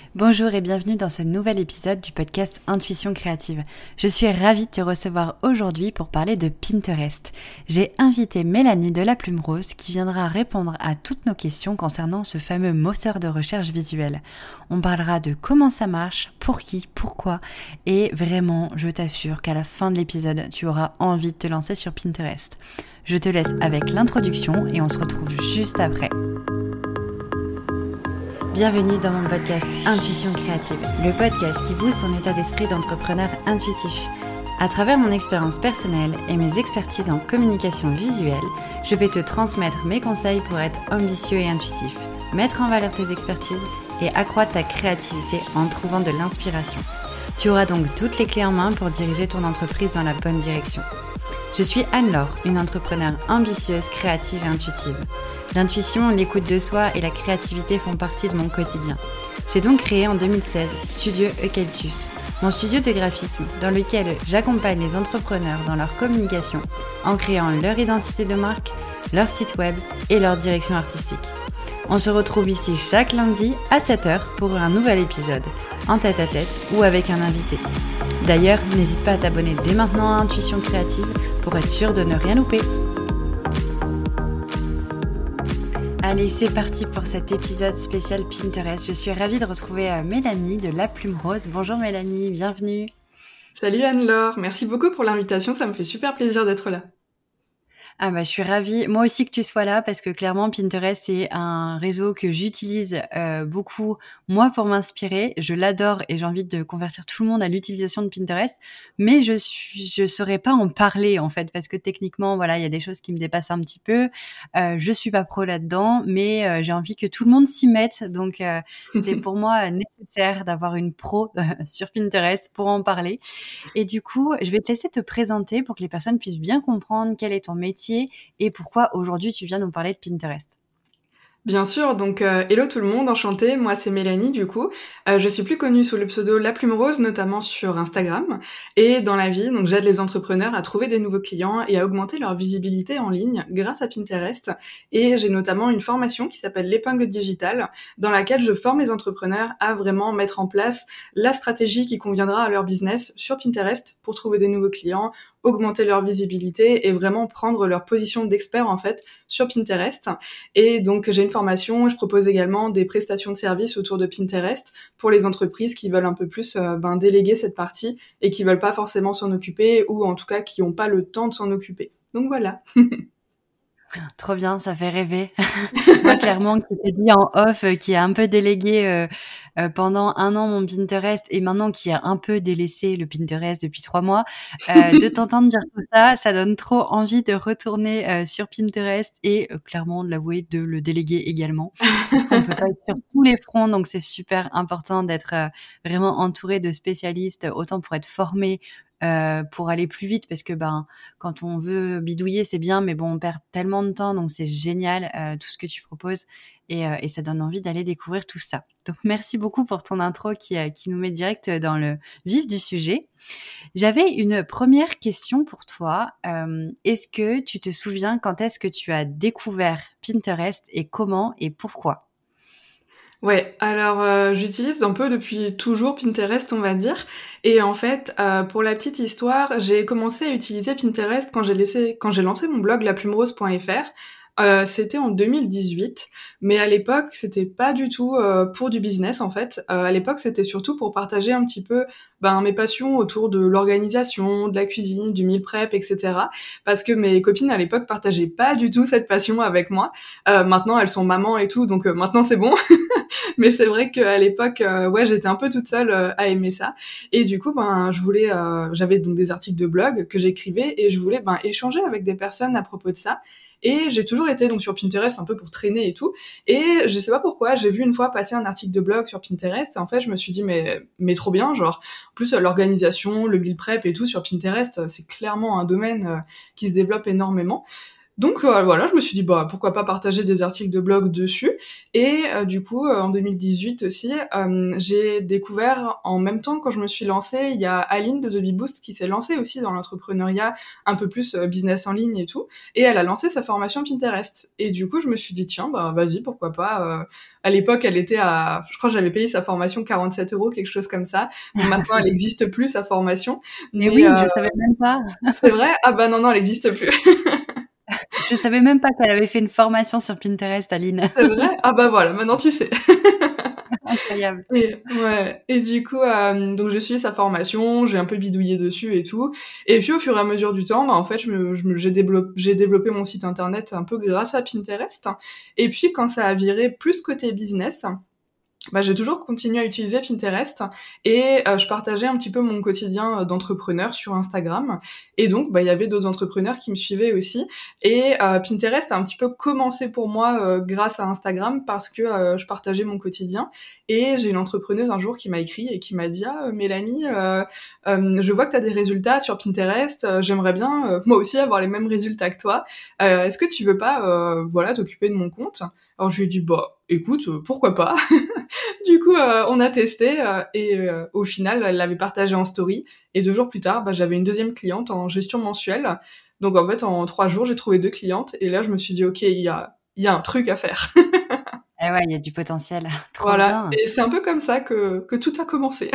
Bonjour et bienvenue dans ce nouvel épisode du podcast Intuition Créative. Je suis ravie de te recevoir aujourd'hui pour parler de Pinterest. J'ai invité Mélanie de La Plume Rose qui viendra répondre à toutes nos questions concernant ce fameux moteur de recherche visuel. On parlera de comment ça marche, pour qui, pourquoi et vraiment, je t'assure qu'à la fin de l'épisode, tu auras envie de te lancer sur Pinterest. Je te laisse avec l'introduction et on se retrouve juste après. Bienvenue dans mon podcast Intuition Créative, le podcast qui booste ton état d'esprit d'entrepreneur intuitif. À travers mon expérience personnelle et mes expertises en communication visuelle, je vais te transmettre mes conseils pour être ambitieux et intuitif, mettre en valeur tes expertises et accroître ta créativité en trouvant de l'inspiration. Tu auras donc toutes les clés en main pour diriger ton entreprise dans la bonne direction. Je suis Anne-Laure, une entrepreneure ambitieuse, créative et intuitive. L'intuition, l'écoute de soi et la créativité font partie de mon quotidien. J'ai donc créé en 2016 Studio Eucalyptus, mon studio de graphisme dans lequel j'accompagne les entrepreneurs dans leur communication en créant leur identité de marque, leur site web et leur direction artistique. On se retrouve ici chaque lundi à 7h pour un nouvel épisode, en tête-à-tête ou avec un invité. D'ailleurs, n'hésite pas à t'abonner dès maintenant à Intuition Créative pour être sûr de ne rien louper. Allez, c'est parti pour cet épisode spécial Pinterest. Je suis ravie de retrouver Mélanie de La Plume Rose. Bonjour Mélanie, bienvenue. Salut Anne-Laure, merci beaucoup pour l'invitation, ça me fait super plaisir d'être là. Ah bah je suis ravie, moi aussi que tu sois là parce que clairement Pinterest c'est un réseau que j'utilise beaucoup moi pour m'inspirer, je l'adore et j'ai envie de convertir tout le monde à l'utilisation de Pinterest, mais je saurais pas en parler en fait parce que techniquement voilà il y a des choses qui me dépassent un petit peu, je suis pas pro là-dedans mais j'ai envie que tout le monde s'y mette donc c'est pour moi nécessaire d'avoir une pro sur Pinterest pour en parler et du coup je vais te laisser te présenter pour que les personnes puissent bien comprendre quel est ton métier et pourquoi aujourd'hui tu viens nous parler de Pinterest. Bien sûr, donc hello tout le monde, enchantée, moi c'est Mélanie du coup, je suis plus connue sous le pseudo La Plume Rose, notamment sur Instagram, et dans la vie, donc j'aide les entrepreneurs à trouver des nouveaux clients et à augmenter leur visibilité en ligne grâce à Pinterest, et j'ai notamment une formation qui s'appelle l'épingle digitale, dans laquelle je forme les entrepreneurs à vraiment mettre en place la stratégie qui conviendra à leur business sur Pinterest pour trouver des nouveaux clients, augmenter leur visibilité et vraiment prendre leur position d'expert en fait sur Pinterest. Et donc j'ai une formation, je propose également des prestations de services autour de Pinterest pour les entreprises qui veulent un peu plus déléguer cette partie et qui veulent pas forcément s'en occuper ou en tout cas qui n'ont pas le temps de s'en occuper. Donc voilà. Trop bien, ça fait rêver. Moi, clairement, qui t'ai dit en off, qui a un peu délégué pendant 1 an mon Pinterest et maintenant qui a un peu délaissé le Pinterest depuis 3 mois, de t'entendre dire tout ça, ça donne trop envie de retourner sur Pinterest et clairement de l'avouer, de le déléguer également. Parce qu'on peut pas être sur tous les fronts, donc c'est super important d'être vraiment entouré de spécialistes, autant pour être formé, pour aller plus vite parce que quand on veut bidouiller c'est bien mais bon on perd tellement de temps donc c'est génial tout ce que tu proposes et ça donne envie d'aller découvrir tout ça. Donc merci beaucoup pour ton intro qui nous met direct dans le vif du sujet. J'avais une première question pour toi. Est-ce que tu te souviens quand est-ce que tu as découvert Pinterest et comment et pourquoi ? Ouais, alors j'utilise un peu depuis toujours Pinterest, on va dire. Et en fait, pour la petite histoire, j'ai commencé à utiliser Pinterest quand j'ai lancé mon blog laplumerose.fr. C'était en 2018, mais à l'époque, c'était pas du tout pour du business en fait. À l'époque, c'était surtout pour partager un petit peu mes passions autour de l'organisation, de la cuisine, du meal prep, etc. Parce que mes copines à l'époque partageaient pas du tout cette passion avec moi. Maintenant, elles sont mamans et tout, donc maintenant c'est bon. Mais c'est vrai qu'à l'époque, j'étais un peu toute seule à aimer ça. Et du coup, j'avais donc des articles de blog que j'écrivais et je voulais échanger avec des personnes à propos de ça. Et j'ai toujours été donc sur Pinterest un peu pour traîner et tout. Et je sais pas pourquoi, j'ai vu une fois passer un article de blog sur Pinterest et en fait, je me suis dit mais trop bien, genre en plus l'organisation, le meal prep et tout sur Pinterest, c'est clairement un domaine qui se développe énormément. Donc voilà, je me suis dit pourquoi pas partager des articles de blog dessus. Et du coup, en 2018 aussi, j'ai découvert en même temps quand je me suis lancée, il y a Aline de The Bee Boost qui s'est lancée aussi dans l'entrepreneuriat un peu plus business en ligne et tout. Et elle a lancé sa formation Pinterest. Et du coup, je me suis dit tiens, vas-y, pourquoi pas. À l'époque, elle était je crois que j'avais payé sa formation 47 €, quelque chose comme ça. Bon, maintenant, elle n'existe plus sa formation. Mais Mais oui, je savais même pas. c'est vrai? Ah bah non, elle n'existe plus. Je savais même pas qu'elle avait fait une formation sur Pinterest, Aline. C'est vrai? Ah bah voilà, maintenant tu sais. Incroyable. Et du coup, donc j'ai suivi sa formation, j'ai un peu bidouillé dessus et tout. Et puis au fur et à mesure du temps, en fait, j'ai développé mon site internet un peu grâce à Pinterest. Et puis quand ça a viré plus côté business, j'ai toujours continué à utiliser Pinterest et je partageais un petit peu mon quotidien d'entrepreneur sur Instagram. Et donc, il y avait d'autres entrepreneurs qui me suivaient aussi. Et Pinterest a un petit peu commencé pour moi grâce à Instagram parce que je partageais mon quotidien. Et j'ai une entrepreneuse un jour qui m'a écrit et qui m'a dit « Ah, Mélanie, je vois que tu as des résultats sur Pinterest. J'aimerais bien, moi aussi, avoir les mêmes résultats que toi. Est-ce que tu veux pas t'occuper de mon compte ?» Alors je lui ai dit écoute, pourquoi pas. Du coup, on a testé et au final, elle l'avait partagé en story. Et 2 jours plus tard, j'avais une deuxième cliente en gestion mensuelle. Donc en fait, en 3 jours, j'ai trouvé 2 clientes. Et là, je me suis dit ok, il y a un truc à faire. Eh ouais, il y a du potentiel. Trop Voilà. bien. Et c'est un peu comme ça que tout a commencé.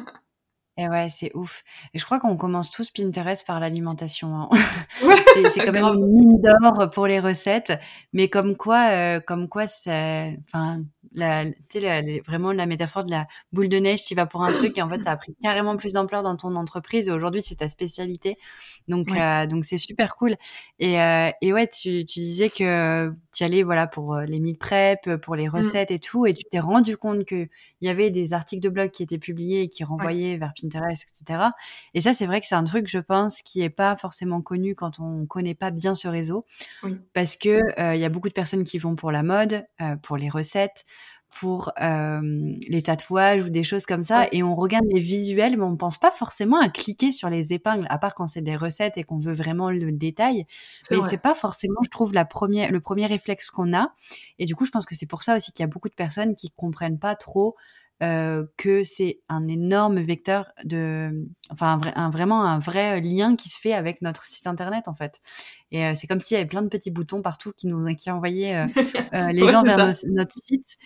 Et ouais, c'est ouf. Et je crois qu'on commence tous Pinterest par l'alimentation, hein. Ouais, C'est quand même grave. une mine d'or pour les recettes, mais comme quoi c'est, enfin, tu sais, vraiment la métaphore de la boule de neige, tu vas pour un truc et en fait, ça a pris carrément plus d'ampleur dans ton entreprise et aujourd'hui, c'est ta spécialité. Ouais. Donc c'est super cool. Et ouais, tu disais que tu allais, voilà, pour les meal prep, pour les Mm. recettes et tout, et tu t'es rendu compte que il y avait des articles de blog qui étaient publiés et qui Ouais. renvoyaient vers Pinterest, etc. Et ça, c'est vrai que c'est un truc, je pense, qui est pas forcément connu quand on connaît pas bien ce réseau, Oui. parce que il y a beaucoup de personnes qui vont pour la mode, pour les recettes, pour les tatouages ou des choses comme ça, Ouais. et on regarde les visuels, mais on pense pas forcément à cliquer sur les épingles, à part quand c'est des recettes et qu'on veut vraiment le détail. C'est Mais vrai. c'est pas forcément, je trouve, le premier réflexe qu'on a. Et du coup, je pense que c'est pour ça aussi qu'il y a beaucoup de personnes qui comprennent pas trop que c'est un énorme vecteur enfin vraiment un vrai lien qui se fait avec notre site internet en fait. Et c'est comme s'il y avait plein de petits boutons partout qui envoyaient les Ouais, gens c'est vers ça. notre site.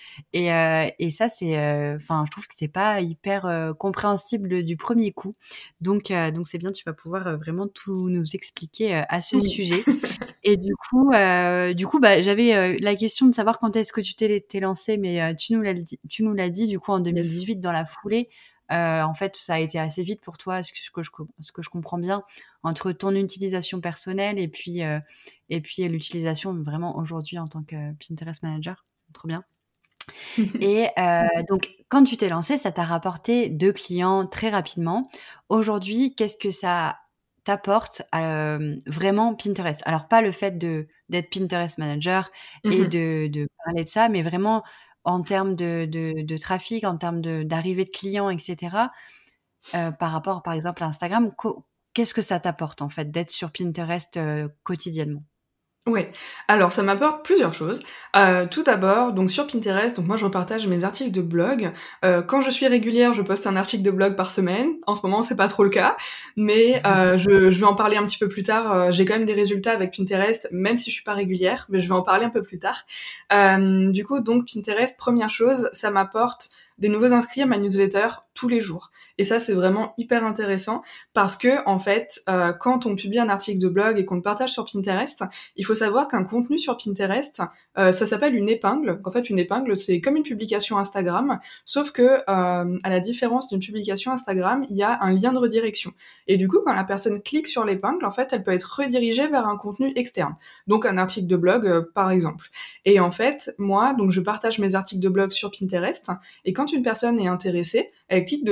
Et ça c'est, enfin, je trouve que c'est pas hyper compréhensible du premier coup. Donc c'est bien, tu vas pouvoir vraiment tout nous expliquer à ce Oui. sujet. Et du coup, j'avais la question de savoir quand est-ce que tu t'es lancé, mais tu nous l'as dit, du coup, en Yes. 2018 dans la foulée. En fait, ça a été assez vite pour toi, ce que je comprends bien, entre ton utilisation personnelle et puis l'utilisation vraiment aujourd'hui en tant que Pinterest manager. Trop bien. Et donc, quand tu t'es lancé, ça t'a rapporté 2 clients très rapidement. Aujourd'hui, qu'est-ce que ça t'apporte vraiment Pinterest? Alors pas le fait d'être Pinterest manager et Mhm. de parler de ça, mais vraiment en termes de trafic, en termes d'arrivée de clients, et cetera, par rapport, par exemple, à Instagram. Qu'est-ce que ça t'apporte, en fait, d'être sur Pinterest, quotidiennement? Ouais. Alors ça m'apporte plusieurs choses. Tout d'abord, donc sur Pinterest, donc moi je repartage mes articles de blog. Quand je suis régulière, je poste un article de blog par semaine. En ce moment, c'est pas trop le cas, mais je vais en parler un petit peu plus tard. J'ai quand même des résultats avec Pinterest, même si je suis pas régulière, mais je vais en parler un peu plus tard. Du coup, donc Pinterest, première chose, ça m'apporte des nouveaux inscrits à ma newsletter tous les jours. Et ça, c'est vraiment hyper intéressant parce que, en fait, quand on publie un article de blog et qu'on le partage sur Pinterest, il faut savoir qu'un contenu sur Pinterest, ça s'appelle une épingle. En fait, une épingle, c'est comme une publication Instagram, sauf que, à la différence d'une publication Instagram, il y a un lien de redirection. Et du coup, quand la personne clique sur l'épingle, en fait, elle peut être redirigée vers un contenu externe. Donc, un article de blog, par exemple. Et en fait, moi, donc, je partage mes articles de blog sur Pinterest, et quand une personne est intéressée, elle clique dessus,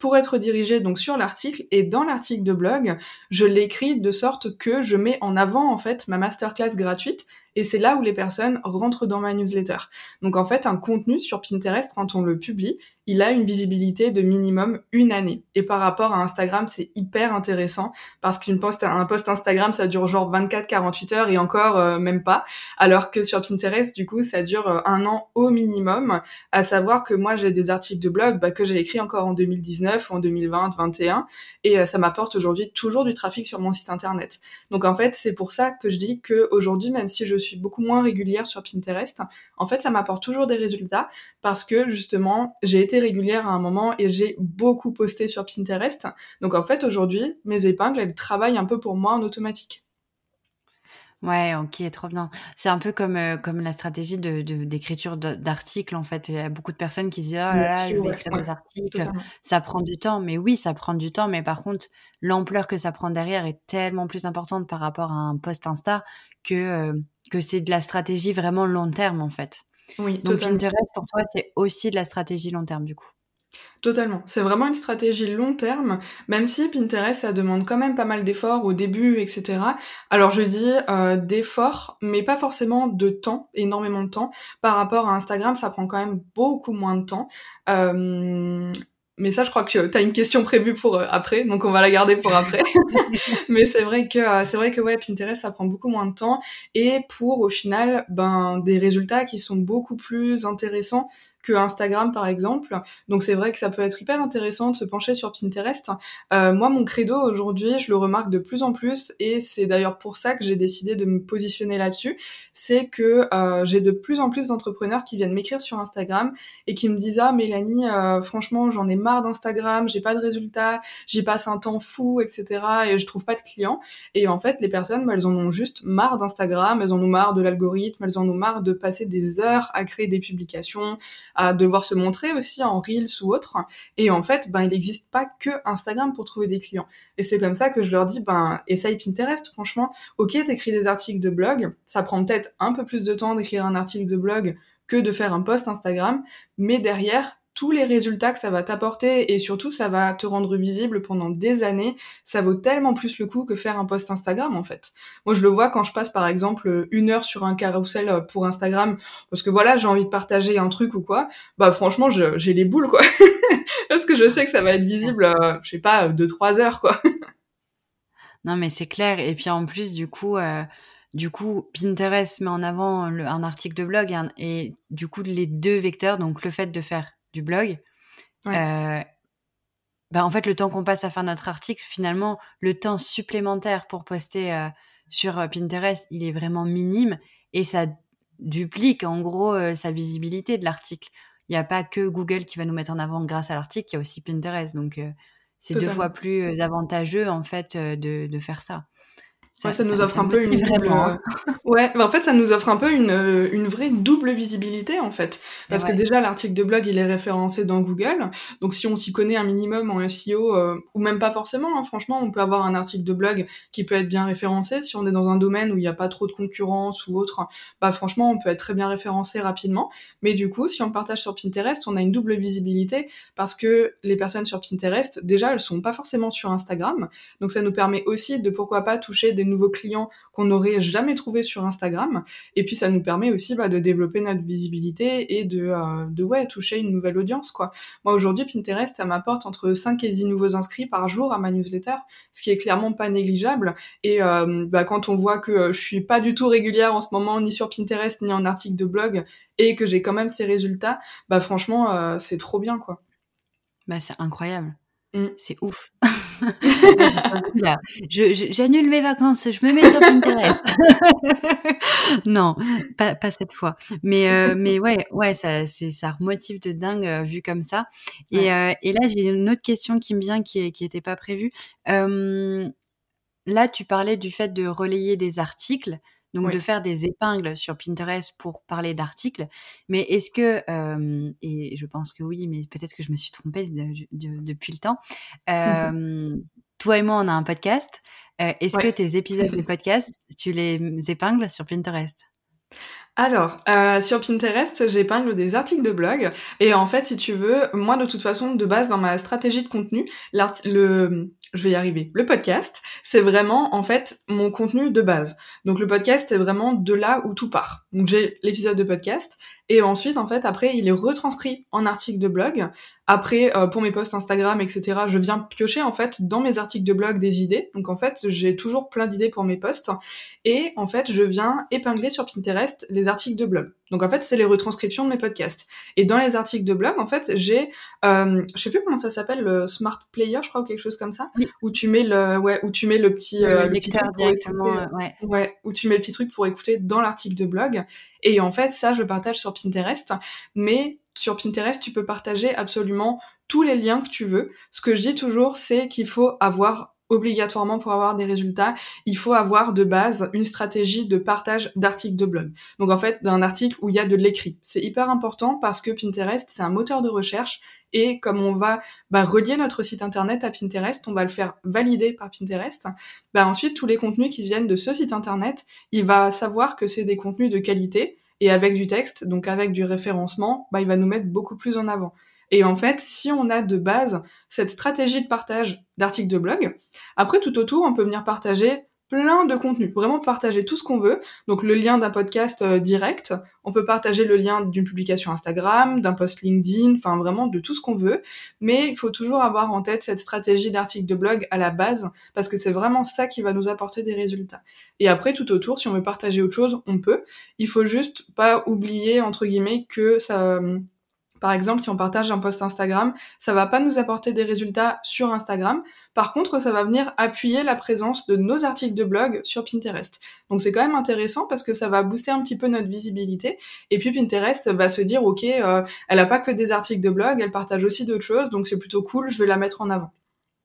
pour être redirigé donc sur l'article. Et dans l'article de blog, je l'écris de sorte que je mets en avant en fait ma masterclass gratuite. Et c'est là où les personnes rentrent dans ma newsletter. Donc en fait, un contenu sur Pinterest, quand on le publie, il a une visibilité de minimum 1 année. Et par rapport à Instagram, c'est hyper intéressant parce un post Instagram, ça dure genre 24-48 heures et encore même pas. Alors que sur Pinterest, du coup, ça dure 1 an au minimum. À savoir que moi, j'ai des articles de blog que j'ai écrits encore en 2019 ou en 2020, 2021 et ça m'apporte aujourd'hui toujours du trafic sur mon site internet. Donc en fait, c'est pour ça que je dis que aujourd'hui, même si je suis beaucoup moins régulière sur Pinterest, en fait, ça m'apporte toujours des résultats parce que justement, j'ai été régulière à un moment et j'ai beaucoup posté sur Pinterest. Donc en fait, aujourd'hui, mes épingles, elles travaillent un peu pour moi en automatique. Ouais, ok, trop bien. C'est un peu comme la stratégie d'écriture d'articles, en fait. Il y a beaucoup de personnes qui disent, oh là Bien là, je sûr, vais ouais, écrire ouais, des articles, totalement. ça prend du temps. Mais oui, ça prend du temps, mais par contre, l'ampleur que ça prend derrière est tellement plus importante par rapport à un post Insta que, que c'est de la stratégie vraiment long terme, en fait. Oui, Donc totalement. Pinterest, pour toi, c'est aussi de la stratégie long terme, du coup. Totalement. C'est vraiment une stratégie long terme, même si Pinterest, ça demande quand même pas mal d'efforts au début, etc. Alors je dis d'efforts, mais pas forcément de temps, énormément de temps. Par rapport à Instagram, ça prend quand même beaucoup moins de temps. Mais ça, je crois que t'as une question prévue pour après, donc on va la garder pour après. Mais c'est vrai que ouais, Pinterest, ça prend beaucoup moins de temps et pour au final, des résultats qui sont beaucoup plus intéressants que Instagram par exemple. Donc c'est vrai que ça peut être hyper intéressant de se pencher sur Pinterest. Moi, mon credo aujourd'hui, je le remarque de plus en plus et c'est d'ailleurs pour ça que j'ai décidé de me positionner là-dessus, c'est que j'ai de plus en plus d'entrepreneurs qui viennent m'écrire sur Instagram et qui me disent ah Mélanie, franchement j'en ai marre d'Instagram, j'ai pas de résultats, j'y passe un temps fou, etc. et je trouve pas de clients. Et en fait, les personnes, elles en ont juste marre d'Instagram, elles en ont marre de l'algorithme, elles en ont marre de passer des heures à créer des publications, à devoir se montrer aussi en Reels ou autre. Et en fait, il n'existe pas que Instagram pour trouver des clients. Et c'est comme ça que je leur dis, essaye Pinterest, franchement. Ok, t'écris des articles de blog, ça prend peut-être un peu plus de temps d'écrire un article de blog que de faire un post Instagram, mais derrière, tous les résultats que ça va t'apporter et surtout ça va te rendre visible pendant des années, ça vaut tellement plus le coup que faire un post Instagram en fait. Moi je le vois quand je passe par exemple 1 heure sur un carrousel pour Instagram parce que voilà j'ai envie de partager un truc ou quoi, franchement j'ai les boules quoi parce que je sais que ça va être visible je sais pas 2-3 heures quoi. Non, mais c'est clair. Et puis en plus, du coup, Pinterest met en avant un article de blog et du coup, les deux vecteurs, donc le fait de faire du blog, Ouais, euh, en fait, le temps qu'on passe à faire notre article, finalement, le temps supplémentaire pour poster sur Pinterest, il est vraiment minime et ça duplique en gros sa visibilité de l'article. Il n'y a pas que Google qui va nous mettre en avant grâce à l'article, il y a aussi Pinterest. Donc, c'est 2 fois totalement. plus avantageux en fait de faire ça. Ouais, Ça, ça nous ça, offre ça un peu motive une double. vraiment, hein. Ouais, en fait, ça nous offre un peu une vraie double visibilité, en fait. Et Parce que ouais. déjà, l'article de blog, il est référencé dans Google. Donc, si on s'y connaît un minimum en SEO, ou même pas forcément, hein, franchement, on peut avoir un article de blog qui peut être bien référencé. Si on est dans un domaine où il n'y a pas trop de concurrence ou autre, franchement, on peut être très bien référencé rapidement. Mais du coup, si on partage sur Pinterest, on a une double visibilité parce que les personnes sur Pinterest, déjà, elles sont pas forcément sur Instagram. Donc, ça nous permet aussi de, pourquoi pas, toucher des nouveaux clients qu'on n'aurait jamais trouvé sur Instagram. Et puis ça nous permet aussi de développer notre visibilité et de toucher une nouvelle audience, quoi. Moi aujourd'hui, Pinterest, ça m'apporte entre 5 et 10 nouveaux inscrits par jour à ma newsletter, ce qui est clairement pas négligeable. Et quand on voit que je suis pas du tout régulière en ce moment, ni sur Pinterest, ni en article de blog, et que j'ai quand même ces résultats, franchement, c'est trop bien, quoi. C'est incroyable. Mm. C'est ouf. Là, j'ai envie, là. J'annule mes vacances, je me mets sur Pinterest. Non, pas cette fois. Mais ouais, ça remotive de dingue vu comme ça. Ouais. Et là, j'ai une autre question qui me vient qui était pas prévue. Là, tu parlais du fait de relayer des articles, donc de Oui. faire des épingles sur Pinterest pour parler d'articles. Mais est-ce que, et je pense que oui, mais peut-être que je me suis trompée depuis le temps. Toi et moi, on a un podcast. Est-ce que Ouais. tes épisodes de podcast, tu les épingles sur Pinterest? Alors, sur Pinterest, j'épingle des articles de blog et en fait, si tu veux, moi, de toute façon, de base, dans ma stratégie de contenu, je vais y arriver. Le podcast, c'est vraiment, en fait, mon contenu de base. Donc, le podcast, c'est vraiment de là où tout part. Donc, j'ai l'épisode de podcast et ensuite, en fait, après, il est retranscrit en article de blog. Après, pour mes posts Instagram, etc., je viens piocher, en fait, dans mes articles de blog des idées. Donc, en fait, j'ai toujours plein d'idées pour mes posts. Et en fait, je viens épingler sur Pinterest les articles de blog. Donc en fait, c'est les retranscriptions de mes podcasts. Et dans les articles de blog, en fait, j'ai, je sais plus comment ça s'appelle, le Smart Player, je crois, ou quelque chose comme ça, Oui. où tu mets où tu mets le petit, Le le petit lecteur truc pour directement, écouter, ouais. ouais, où tu mets le petit truc pour écouter dans l'article de blog. Et en fait, ça, je partage sur Pinterest. Mais sur Pinterest, tu peux partager absolument tous les liens que tu veux. Ce que je dis toujours, c'est qu'il faut avoir obligatoirement, pour avoir des résultats, il faut avoir de base une stratégie de partage d'articles de blog. Donc en fait, d'un article où il y a de l'écrit. C'est hyper important parce que Pinterest, c'est un moteur de recherche et comme on va relier notre site internet à Pinterest, on va le faire valider par Pinterest, ensuite tous les contenus qui viennent de ce site internet, il va savoir que c'est des contenus de qualité et avec du texte, donc avec du référencement, il va nous mettre beaucoup plus en avant. Et en fait, si on a de base cette stratégie de partage d'articles de blog, après tout autour, on peut venir partager plein de contenus, vraiment partager tout ce qu'on veut. Donc le lien d'un podcast direct, on peut partager le lien d'une publication Instagram, d'un post LinkedIn, enfin vraiment de tout ce qu'on veut. Mais il faut toujours avoir en tête cette stratégie d'article de blog à la base, parce que c'est vraiment ça qui va nous apporter des résultats. Et après tout autour, si on veut partager autre chose, on peut. Il faut juste pas oublier, entre guillemets, que ça... Par exemple, si on partage un post Instagram, ça va pas nous apporter des résultats sur Instagram. Par contre, ça va venir appuyer la présence de nos articles de blog sur Pinterest. Donc c'est quand même intéressant parce que ça va booster un petit peu notre visibilité. Et puis Pinterest va se dire, ok, elle a pas que des articles de blog, elle partage aussi d'autres choses, donc c'est plutôt cool, je vais la mettre en avant.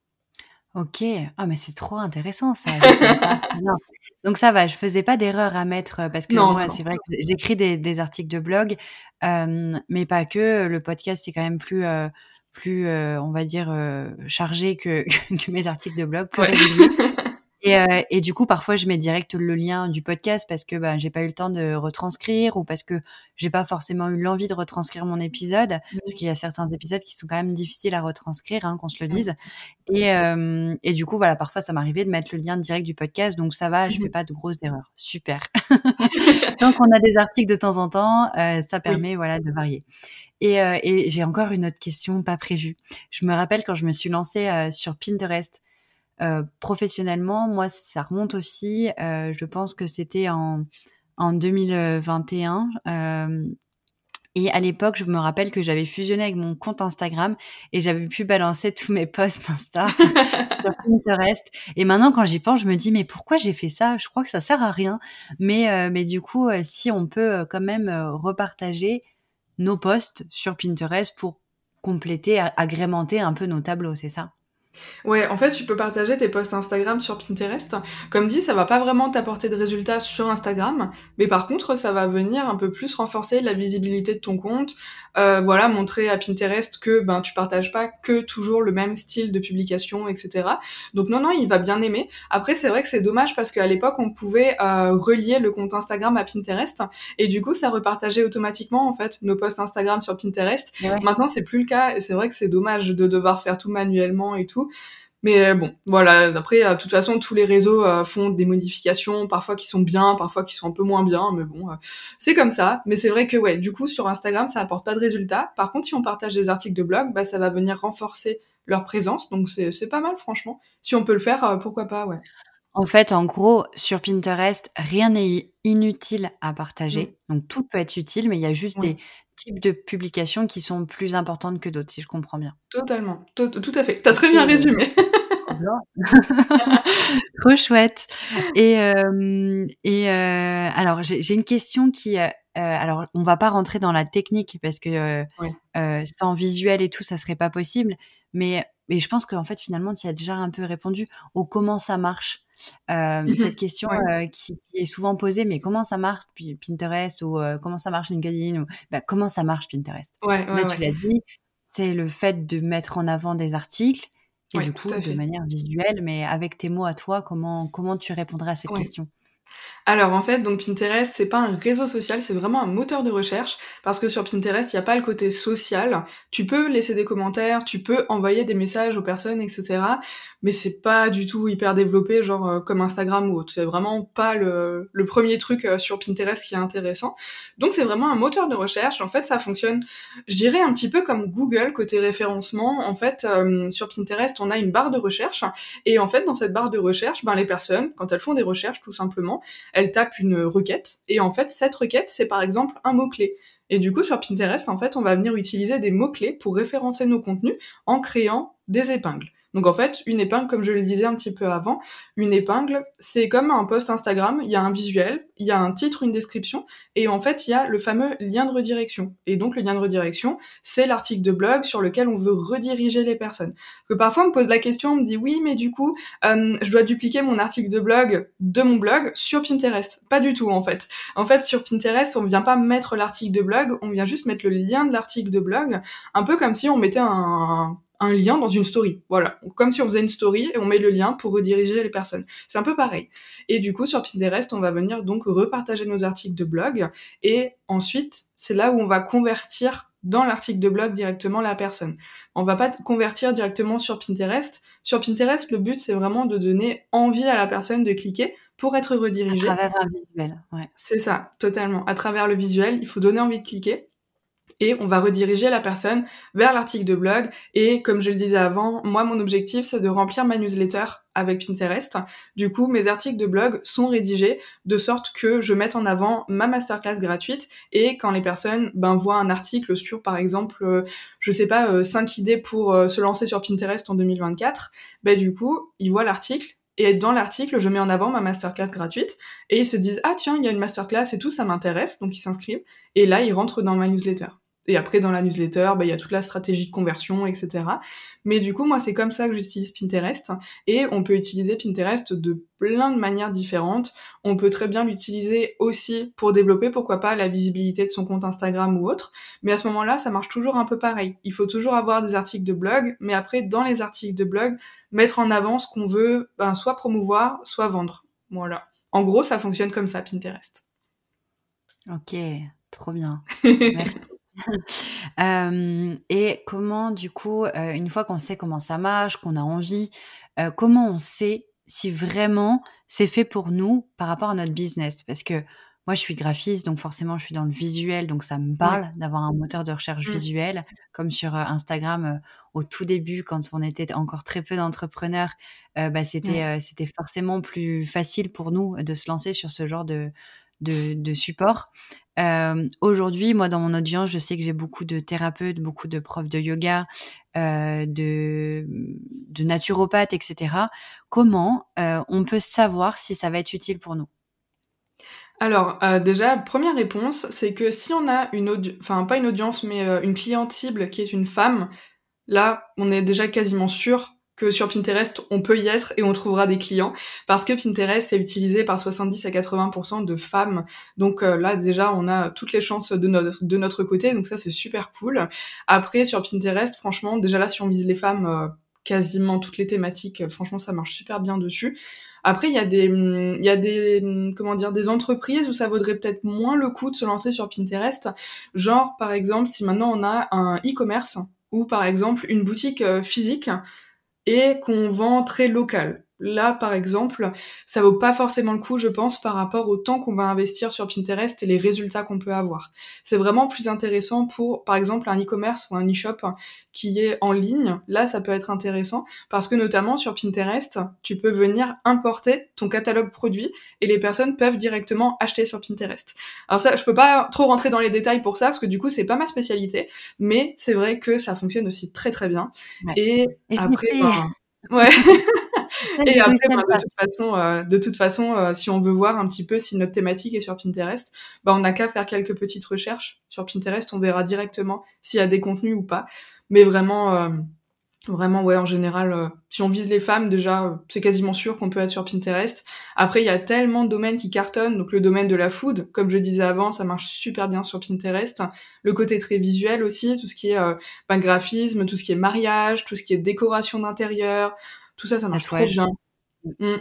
OK. Ah mais c'est trop intéressant ça, je savais pas. Non. Donc ça va, je faisais pas d'erreur à mettre, parce que Non, non, moi, non. c'est vrai que j'écris des articles de blog, mais pas que. Le podcast, c'est quand même plus, on va dire, chargé que que mes articles de blog, plus Ouais. régulier. Et du coup, parfois, je mets direct le lien du podcast parce que j'ai pas eu le temps de retranscrire ou parce que j'ai pas forcément eu l'envie de retranscrire mon épisode, parce qu'il y a certains épisodes qui sont quand même difficiles à retranscrire, hein, qu'on se le dise. Et du coup, voilà, parfois, ça m'arrivait de mettre le lien direct du podcast, donc ça va, je fais pas de grosses erreurs. Super. Tant qu'on a des articles de temps en temps, ça Oui. permet, voilà, de varier. Et j'ai encore une autre question pas prévue. Je me rappelle quand je me suis lancée sur Pinterest. Professionnellement, moi, ça remonte aussi. Je pense que c'était en 2021. Et à l'époque, je me rappelle que j'avais fusionné avec mon compte Instagram et j'avais pu balancer tous mes posts Insta sur Pinterest. Et maintenant, quand j'y pense, je me dis, mais pourquoi j'ai fait ça? Je crois que ça sert à rien. Mais du coup, si on peut quand même repartager nos posts sur Pinterest pour compléter, agrémenter un peu nos tableaux, c'est ça? Ouais, en fait, tu peux partager tes posts Instagram sur Pinterest. Comme dit, ça va pas vraiment t'apporter de résultats sur Instagram, mais par contre, ça va venir un peu plus renforcer la visibilité de ton compte. Voilà, montrer à Pinterest que tu partages pas que toujours le même style de publication, etc. Donc non, il va bien aimer. Après, c'est vrai que c'est dommage parce qu'à l'époque, on pouvait relier le compte Instagram à Pinterest, et du coup, ça repartageait automatiquement en fait nos posts Instagram sur Pinterest. Ouais. Maintenant, c'est plus le cas, et c'est vrai que c'est dommage de devoir faire tout manuellement et tout. Mais bon, voilà, après, de toute façon, tous les réseaux font des modifications, parfois qui sont bien, parfois qui sont un peu moins bien, mais bon, c'est comme ça. Mais c'est vrai que, ouais, du coup, sur Instagram, ça apporte pas de résultats. Par contre, si on partage des articles de blog, ça va venir renforcer leur présence, donc c'est pas mal, franchement. Si on peut le faire, pourquoi pas, ouais. En fait, en gros, sur Pinterest, rien n'est inutile à Mm. partager. Donc tout peut être utile, mais il y a juste Ouais, des types de publications qui sont plus importantes que d'autres, si je comprends bien. totalement. Tout à fait. T'as très bien OK, résumé. trop bien. Trop chouette. Alors j'ai une question qui, alors on va pas rentrer dans la technique parce que, Ouais. sans visuel et tout, ça serait pas possible. Mais je pense qu'en fait, finalement, tu y as déjà un peu répondu au comment ça marche. Cette Mhm. question, Ouais, qui est souvent posée: «Mais comment ça marche Pinterest?» ou, «Comment ça marche LinkedIn?» ou «Comment ça marche Pinterest?» ouais, Là, tu ouais. l'as dit, c'est le fait de mettre en avant des articles et Ouais, du tout coup, à de fait. manière visuelle, mais avec tes mots à toi, comment tu répondrais à cette Ouais. question? Alors en fait, donc Pinterest, c'est pas un réseau social, c'est vraiment un moteur de recherche parce que sur Pinterest, il y a pas le côté social. Tu peux laisser des commentaires, tu peux envoyer des messages aux personnes, etc. Mais c'est pas du tout hyper développé, genre comme Instagram ou autre. C'est vraiment pas le premier truc sur Pinterest qui est intéressant. Donc c'est vraiment un moteur de recherche. En fait, ça fonctionne, je dirais un petit peu comme Google côté référencement. En fait, sur Pinterest, on a une barre de recherche et en fait, dans cette barre de recherche, ben les personnes, quand elles font des recherches, tout simplement elle tape une requête, et en fait, cette requête, c'est par exemple un mot-clé. Et du coup, sur Pinterest, en fait, on va venir utiliser des mots-clés pour référencer nos contenus en créant des épingles. Donc en fait, une épingle, comme je le disais un petit peu avant, une épingle, c'est comme un post Instagram, il y a un visuel, il y a un titre, une description, et en fait, il y a le fameux lien de redirection. Et donc le lien de redirection, c'est l'article de blog sur lequel on veut rediriger les personnes. Parce que parfois, on me pose la question, on me dit, oui, mais du coup, je dois dupliquer mon article de blog de mon blog sur Pinterest. Pas du tout, en fait. En fait, sur Pinterest, on vient pas mettre l'article de blog, on vient juste mettre le lien de l'article de blog, un peu comme si on mettait un lien dans une story. Voilà. Comme si on faisait une story et on met le lien pour rediriger les personnes. C'est un peu pareil. Et du coup, sur Pinterest, on va venir donc repartager nos articles de blog et ensuite, c'est là où on va convertir dans l'article de blog directement la personne. On va pas convertir directement sur Pinterest. Sur Pinterest, le but, c'est vraiment de donner envie à la personne de cliquer pour être À redirigée. travers un visuel, ouais. C'est ça, totalement. À travers le visuel, il faut donner envie de cliquer. Et on va rediriger la personne vers l'article de blog. Et comme je le disais avant, moi, mon objectif, c'est de remplir ma newsletter avec Pinterest. Du coup, mes articles de blog sont rédigés de sorte que je mette en avant ma masterclass gratuite. Et quand les personnes voient un article sur, par exemple, je sais pas, 5 idées pour se lancer sur Pinterest en 2024, du coup, ils voient l'article. Et dans l'article, je mets en avant ma masterclass gratuite et ils se disent « Ah tiens, il y a une masterclass et tout, ça m'intéresse », donc ils s'inscrivent. Et là, ils rentrent dans ma newsletter. Et après, dans la newsletter, il y a toute la stratégie de conversion, etc. Mais du coup, moi, c'est comme ça que j'utilise Pinterest. Et on peut utiliser Pinterest de plein de manières différentes. On peut très bien l'utiliser aussi pour développer, pourquoi pas, la visibilité de son compte Instagram ou autre. Mais à ce moment-là, ça marche toujours un peu pareil. Il faut toujours avoir des articles de blog, mais après, dans les articles de blog, mettre en avant ce qu'on veut soit promouvoir, soit vendre. Voilà. En gros, ça fonctionne comme ça, Pinterest. Ok, trop bien. Merci. Et comment, du coup, une fois qu'on sait comment ça marche, qu'on a envie, comment on sait si vraiment c'est fait pour nous par rapport à notre business? Parce que moi, je suis graphiste, donc forcément, je suis dans le visuel, donc ça me Ouais. parle d'avoir un moteur de recherche visuel, comme sur Instagram, au tout début, quand on était encore très peu d'entrepreneurs, c'était forcément plus facile pour nous de se lancer sur ce genre de support. Aujourd'hui, moi, dans mon audience, je sais que j'ai beaucoup de thérapeutes, beaucoup de profs de yoga, de naturopathes, etc. Comment on peut savoir si ça va être utile pour nous? Alors, déjà, première réponse, c'est que si on a pas une audience, mais une cliente cible qui est une femme, là, on est déjà quasiment sûr que sur Pinterest, on peut y être et on trouvera des clients. Parce que Pinterest est utilisé par 70 à 80% de femmes. Donc là, déjà, on a toutes les chances de notre côté. Donc ça, c'est super cool. Après, sur Pinterest, franchement, déjà là, si on vise les femmes, quasiment toutes les thématiques, franchement, ça marche super bien dessus. Après, comment dire, des entreprises où ça vaudrait peut-être moins le coup de se lancer sur Pinterest. Genre, par exemple, si maintenant on a un e-commerce ou par exemple une boutique physique et qu'on vend très local. Là, par exemple, ça vaut pas forcément le coup, je pense, par rapport au temps qu'on va investir sur Pinterest et les résultats qu'on peut avoir. C'est vraiment plus intéressant pour, par exemple, un e-commerce ou un e-shop qui est en ligne. Là, ça peut être intéressant parce que notamment sur Pinterest, tu peux venir importer ton catalogue produit et les personnes peuvent directement acheter sur Pinterest. Alors ça, je peux pas trop rentrer dans les détails pour ça parce que du coup, c'est pas ma spécialité, mais c'est vrai que ça fonctionne aussi très très bien. Ouais. Et Et je l'ai après, fait. ouais. Ça, Et j'ai après, réussi à le faire. de toute façon, si on veut voir un petit peu si notre thématique est sur Pinterest, on n'a qu'à faire quelques petites recherches sur Pinterest, on verra directement s'il y a des contenus ou pas. Mais vraiment, ouais, en général, si on vise les femmes, déjà, c'est quasiment sûr qu'on peut être sur Pinterest. Après, il y a tellement de domaines qui cartonnent, donc le domaine de la food, comme je disais avant, ça marche super bien sur Pinterest. Le côté très visuel aussi, tout ce qui est graphisme, tout ce qui est mariage, tout ce qui est décoration d'intérieur, tout ça, ça marche trop Tatouage. bien. Mm.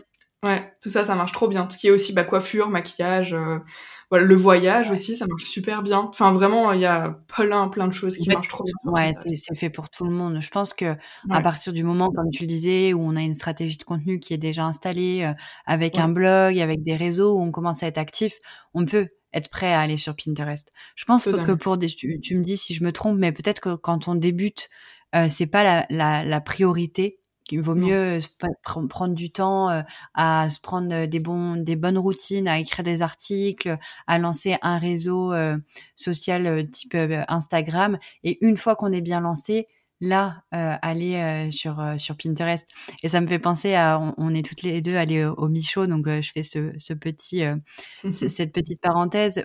Ouais, tout ça, ça marche trop bien. Ce qui est aussi coiffure, maquillage, voilà, le voyage aussi, ça marche super bien. Enfin, vraiment, il y a plein de choses En qui fait, marchent trop bien sur ouais, Pinterest. c'est fait pour tout le monde. Je pense qu'à Ouais, partir du moment, comme tu le disais, où on a une stratégie de contenu qui est déjà installée, avec un ouais, blog, avec des réseaux, où on commence à être actif, on peut être prêt à aller sur Pinterest. Je pense que totalement. pour des tu me dis si je me trompe, mais peut-être que quand on débute, c'est pas la priorité, qu'il vaut Non, mieux se pa prendre du temps, à se prendre, des bonnes routines, à écrire des articles, à lancer un réseau, social, type, Instagram, et une fois qu'on est bien lancé, là, aller, sur Pinterest. Et ça me fait penser à on est toutes les 2 allées au Michaud, donc je fais ce petit, cette petite parenthèse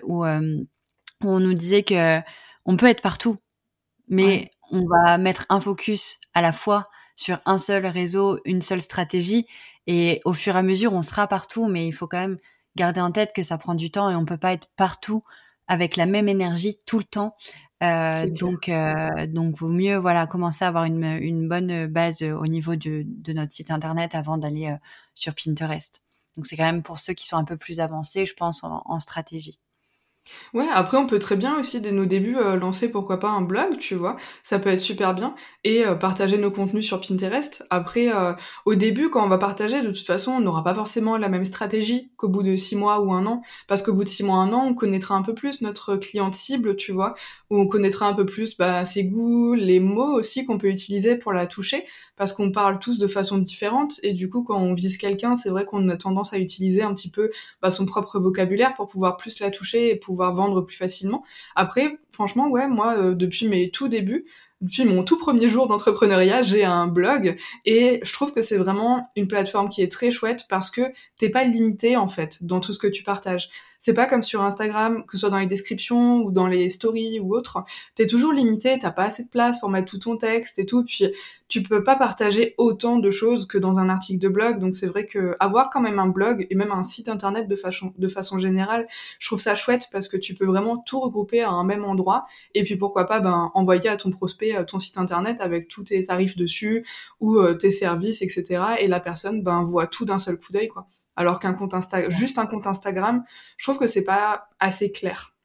où on nous disait qu'on peut être partout, ouais, mais on va mettre un focus à la fois sur un seul réseau, une seule stratégie, et au fur et à mesure, on sera partout, mais il faut quand même garder en tête que ça prend du temps et on peut pas être partout avec la même énergie tout le temps. c'est clair. Donc vaut mieux, voilà, commencer à avoir une bonne base, au niveau de notre site internet avant d'aller, sur Pinterest. Donc c'est quand même pour ceux qui sont un peu plus avancés, je pense, en stratégie. Ouais, après on peut très bien aussi dès nos débuts, lancer pourquoi pas un blog, tu vois? Ça peut être super bien et partager nos contenus sur Pinterest. Après, au début quand on va partager, de toute façon, on n'aura pas forcément la même stratégie qu'au bout de 6 mois ou 1 an. Parce qu'au bout de 6 mois, 1 an, on connaîtra un peu plus notre cliente cible, tu vois? Où on connaîtra un peu plus, ses goûts, les mots aussi qu'on peut utiliser pour la toucher. Parce qu'on parle tous de façon différente et du coup quand on vise quelqu'un, c'est vrai qu'on a tendance à utiliser un petit peu, son propre vocabulaire pour pouvoir plus la toucher et pouvoir vendre plus facilement. Après, franchement, ouais, moi, depuis mes tout débuts, depuis mon tout premier jour d'entrepreneuriat, j'ai un blog et je trouve que c'est vraiment une plateforme qui est très chouette parce que t'es pas limité en fait dans tout ce que tu partages. C'est pas comme sur Instagram, que ce soit dans les descriptions ou dans les stories ou autres, t'es toujours limité, t'as pas assez de place pour mettre tout ton texte et tout, puis tu peux pas partager autant de choses que dans un article de blog, donc c'est vrai que avoir quand même un blog et même un site internet de façon générale, je trouve ça chouette parce que tu peux vraiment tout regrouper à un même endroit et puis pourquoi pas envoyer à ton prospect ton site internet avec tous tes tarifs dessus ou tes services, etc. Et la personne voit tout d'un seul coup d'œil, quoi. Alors qu'un compte juste un compte Instagram, je trouve que c'est pas assez clair.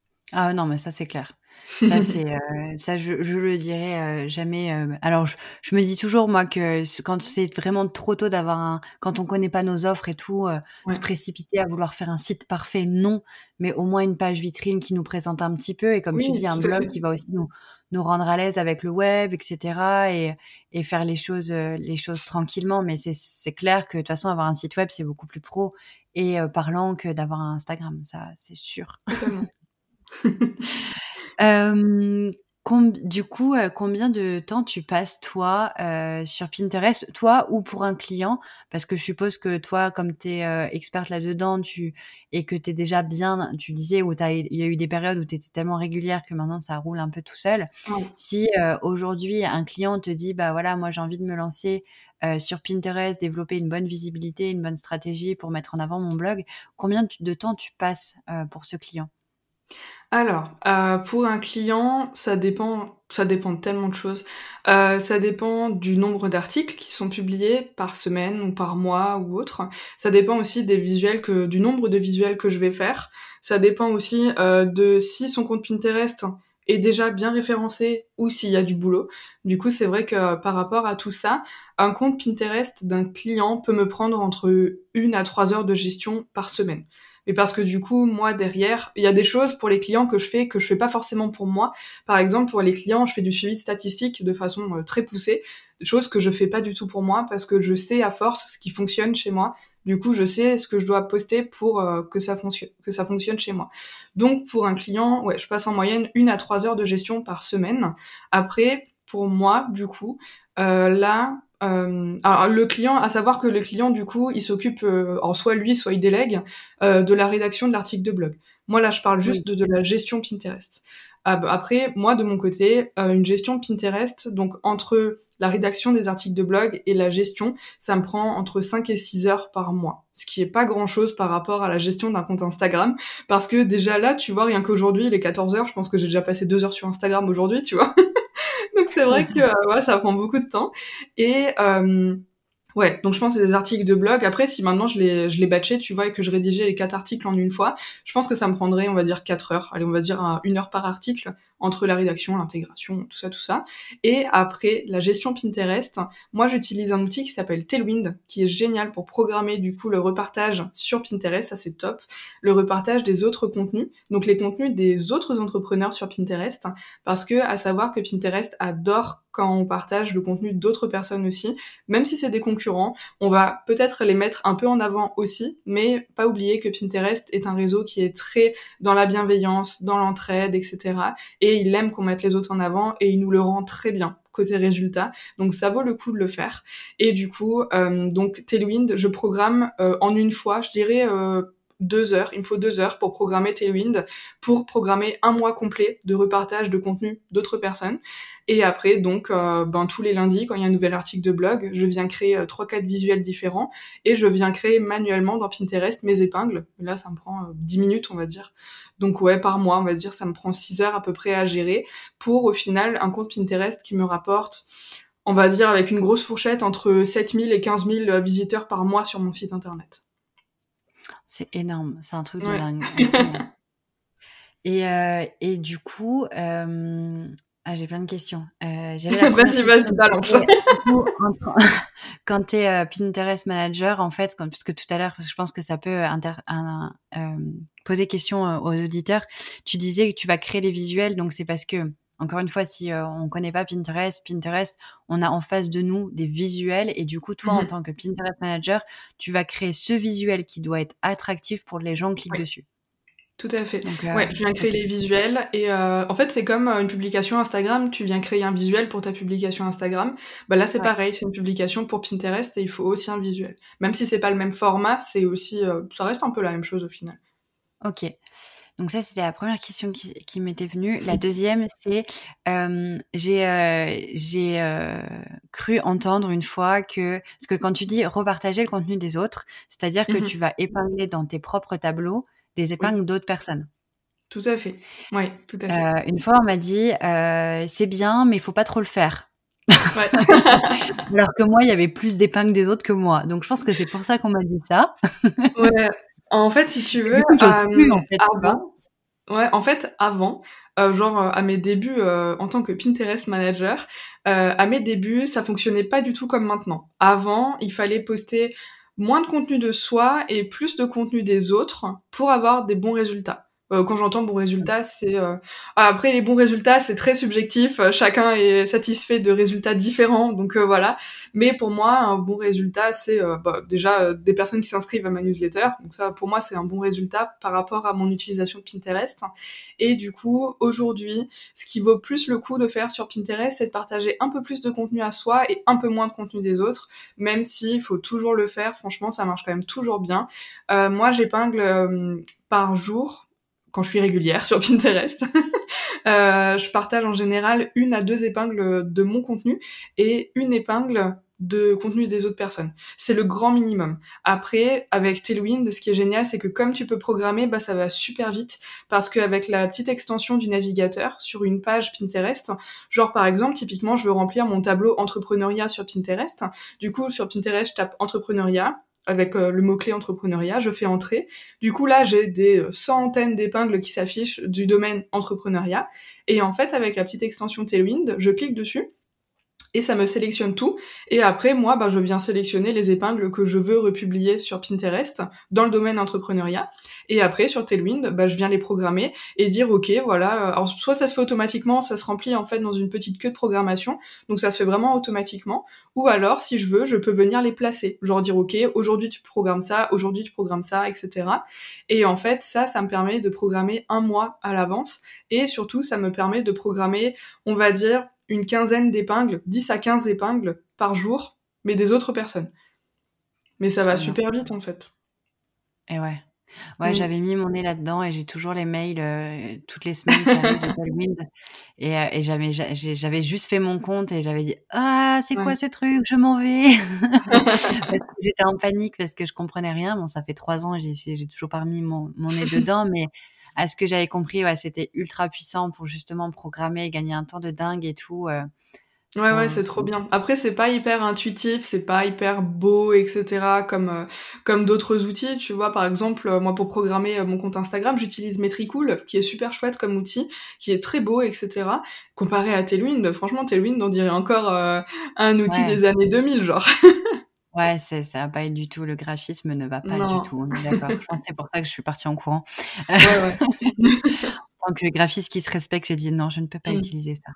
Ah non, mais ça, c'est clair. Ça, c'est, ça, je le dirai, jamais, alors je me dis toujours, moi, que quand c'est vraiment trop tôt d'avoir quand on connaît pas nos offres et tout, se Ouais. précipiter à vouloir faire un site parfait, non, mais au moins une page vitrine qui nous présente un petit peu, et comme tu dis, Oui, un tout à blog fait. qui va aussi nous rendre à l'aise avec le web, et cetera, et faire les choses tranquillement. Mais c'est clair que de toute façon, avoir un site web, c'est beaucoup plus pro et parlant que d'avoir un Instagram, ça, c'est sûr. Totalement. Hem, du coup, combien de temps tu passes toi, sur Pinterest? Toi ou pour un client? Parce que je suppose que toi, comme tu es, experte là-dedans, et que tu es déjà bien, tu disais, où il y a eu des périodes où tu étais tellement régulière que maintenant ça roule un peu tout seul. Ouais. Si, aujourd'hui un client te dit: «Bah, voilà, moi j'ai envie de me lancer, sur Pinterest, développer une bonne visibilité, une bonne stratégie pour mettre en avant mon blog», combien de temps tu passes, pour ce client? Alors, pour un client, ça dépend de tellement de choses. Ça dépend du nombre d'articles qui sont publiés par semaine ou par mois ou autre. Ça dépend aussi du nombre de visuels que je vais faire. Ça dépend aussi, de si son compte Pinterest est déjà bien référencé ou s'il y a du boulot. Du coup, c'est vrai que par rapport à tout ça, un compte Pinterest d'un client peut me prendre entre 1 à 3 heures de gestion par semaine. Mais parce que du coup, moi derrière, il y a des choses pour les clients que je fais pas forcément pour moi. Par exemple, pour les clients, je fais du suivi de statistiques de façon très poussée, chose que je fais pas du tout pour moi parce que je sais à force ce qui fonctionne chez moi. Du coup, je sais ce que je dois poster pour que ça fonctionne chez moi. Donc, pour un client, ouais, je passe en moyenne 1 à 3 heures de gestion par semaine. Après, pour moi, du coup, là, alors le client, à savoir que le client, du coup, il s'occupe, alors soit lui, soit il délègue, de la rédaction de l'article de blog. Moi, là, je parle Oui. juste de la gestion Pinterest. Après, moi, de mon côté, une gestion Pinterest, donc entre la rédaction des articles de blog et la gestion, ça me prend entre 5 et 6 heures par mois. Ce qui est pas grand-chose par rapport à la gestion d'un compte Instagram. Parce que déjà là, tu vois, rien qu'aujourd'hui, il est 14 heures, je pense que j'ai déjà passé 2 heures sur Instagram aujourd'hui, tu vois. Donc c'est vrai que ouais, ça prend beaucoup de temps. Et Ouais, donc je pense que c'est des articles de blog. Après, si maintenant je les batchais, tu vois, et que je rédigeais les 4 articles en une fois, je pense que ça me prendrait, on va dire, 4 heures. Allez, on va dire 1 heure par article, entre la rédaction, l'intégration, tout ça, tout ça. Et après, la gestion Pinterest, moi, j'utilise un outil qui s'appelle Tailwind, qui est génial pour programmer, du coup, le repartage sur Pinterest, ça c'est top. Le repartage des autres contenus, donc les contenus des autres entrepreneurs sur Pinterest, parce que, à savoir que Pinterest adore quand on partage le contenu d'autres personnes aussi, même si c'est des concurrents, on va peut-être les mettre un peu en avant aussi, mais pas oublier que Pinterest est un réseau qui est très dans la bienveillance, dans l'entraide, etc. Et il aime qu'on mette les autres en avant et il nous le rend très bien côté résultat, donc ça vaut le coup de le faire. Et du coup, donc Tailwind, je programme en une fois, je dirais 2 heures, il me faut 2 heures pour programmer Tailwind, pour programmer un mois complet de repartage de contenu d'autres personnes. Et après, donc, tous les lundis, quand il y a un nouvel article de blog, je viens créer 3-4 visuels différents et je viens créer manuellement dans Pinterest mes épingles. Et là, ça me prend 10 minutes, on va dire. Donc ouais, par mois, on va dire, ça me prend 6 heures à peu près à gérer pour, au final, un compte Pinterest qui me rapporte, on va dire, avec une grosse fourchette, entre 7000 et 15 000 visiteurs par mois sur mon site internet. C'est énorme, c'est un truc de Ouais. dingue. Et du coup, j'ai plein de questions. J'avais la première Vas-y, balance. Quand tu es Pinterest manager, en fait, puisque tout à l'heure, parce que je pense que ça peut poser question aux auditeurs, tu disais que tu vas créer les visuels, donc c'est parce que, encore une fois, si on connaît pas Pinterest, on a en face de nous des visuels, et du coup, toi, en tant que Pinterest manager, tu vas créer ce visuel qui doit être attractif pour les gens qui cliquent dessus. Tout à fait. Donc, ouais, je viens créer les visuels et en fait c'est comme une publication Instagram, tu viens créer un visuel pour ta publication Instagram. Bah là c'est pareil, c'est une publication pour Pinterest et il faut aussi un visuel. Même si c'est pas le même format, c'est aussi ça reste un peu la même chose au final. Ok. Donc ça, c'était la première question qui m'était venue. La deuxième, c'est j'ai cru entendre une fois parce que quand tu dis repartager le contenu des autres, c'est-à-dire que tu vas épingler dans tes propres tableaux des épingles d'autres personnes. Tout à fait. Oui, tout à fait. Une fois, on m'a dit c'est bien, mais il faut pas trop le faire. Ouais. Alors que moi, il y avait plus d'épingles des autres que moi. Donc, je pense que c'est pour ça qu'on m'a dit ça. Ouais. En fait, si tu veux, du coup, j'ose plus, en fait, avant, à mes débuts en tant que Pinterest manager, à mes débuts, ça fonctionnait pas du tout comme maintenant. Avant, il fallait poster moins de contenu de soi et plus de contenu des autres pour avoir des bons résultats. Quand j'entends bons résultats, c'est après les bons résultats, c'est très subjectif. Chacun est satisfait de résultats différents, donc voilà. Mais pour moi, un bon résultat, c'est déjà des personnes qui s'inscrivent à ma newsletter. Donc ça, pour moi, c'est un bon résultat par rapport à mon utilisation de Pinterest. Et du coup, aujourd'hui, ce qui vaut plus le coup de faire sur Pinterest, c'est de partager un peu plus de contenu à soi et un peu moins de contenu des autres. Même s'il faut toujours le faire, franchement, ça marche quand même toujours bien. Moi, j'épingle par jour, quand je suis régulière sur Pinterest. Je partage en général 1 à 2 épingles de mon contenu et 1 épingle de contenu des autres personnes. C'est le grand minimum. Après, avec Tailwind, ce qui est génial, c'est que comme tu peux programmer, ça va super vite parce qu'avec la petite extension du navigateur sur une page Pinterest, genre par exemple, typiquement, je veux remplir mon tableau entrepreneuriat sur Pinterest. Du coup, sur Pinterest, je tape entrepreneuriat avec le mot-clé entrepreneuriat, je fais entrer. Du coup, là, j'ai des centaines d'épingles qui s'affichent du domaine entrepreneuriat. Et en fait, avec la petite extension Tailwind, je clique dessus et ça me sélectionne tout. Et après, moi, je viens sélectionner les épingles que je veux republier sur Pinterest dans le domaine entrepreneuriat. Et après, sur Tailwind, je viens les programmer et dire, ok, voilà. Alors, soit ça se fait automatiquement, ça se remplit en fait dans une petite queue de programmation, donc ça se fait vraiment automatiquement. Ou alors, si je veux, je peux venir les placer. Genre dire, ok, aujourd'hui tu programmes ça, aujourd'hui tu programmes ça, etc. Et en fait, ça me permet de programmer un mois à l'avance. Et surtout, ça me permet de programmer, on va dire, une quinzaine d'épingles, 10 à 15 épingles par jour, mais des autres personnes. Mais ça va super vite, en fait. Et ouais. Ouais, j'avais mis mon nez là-dedans et j'ai toujours les mails toutes les semaines qui arrivent de Tailwind. Et j'avais juste fait mon compte et j'avais dit « Ah, c'est quoi ce truc? Je m'en vais !» Parce que j'étais en panique parce que je comprenais rien. Bon, ça fait 3 ans et j'ai toujours pas mis mon nez dedans, mais à ce que j'avais compris, c'était ultra puissant pour justement programmer, gagner un temps de dingue et tout. Ouais, c'est trop bien. Après, c'est pas hyper intuitif, c'est pas hyper beau, etc. Comme d'autres outils. Tu vois, par exemple, moi, pour programmer mon compte Instagram, j'utilise Metricool, qui est super chouette comme outil, qui est très beau, etc. Comparé à Tailwind, franchement, Tailwind, on dirait encore un outil Ouais. des années 2000, genre. Ouais, ça va pas être du tout, le graphisme ne va pas du Non. tout, on est d'accord. Je pense que c'est pour ça que je suis partie en courant. Ouais. En tant que graphiste qui se respecte, j'ai dit: «Non, je ne peux pas utiliser ça».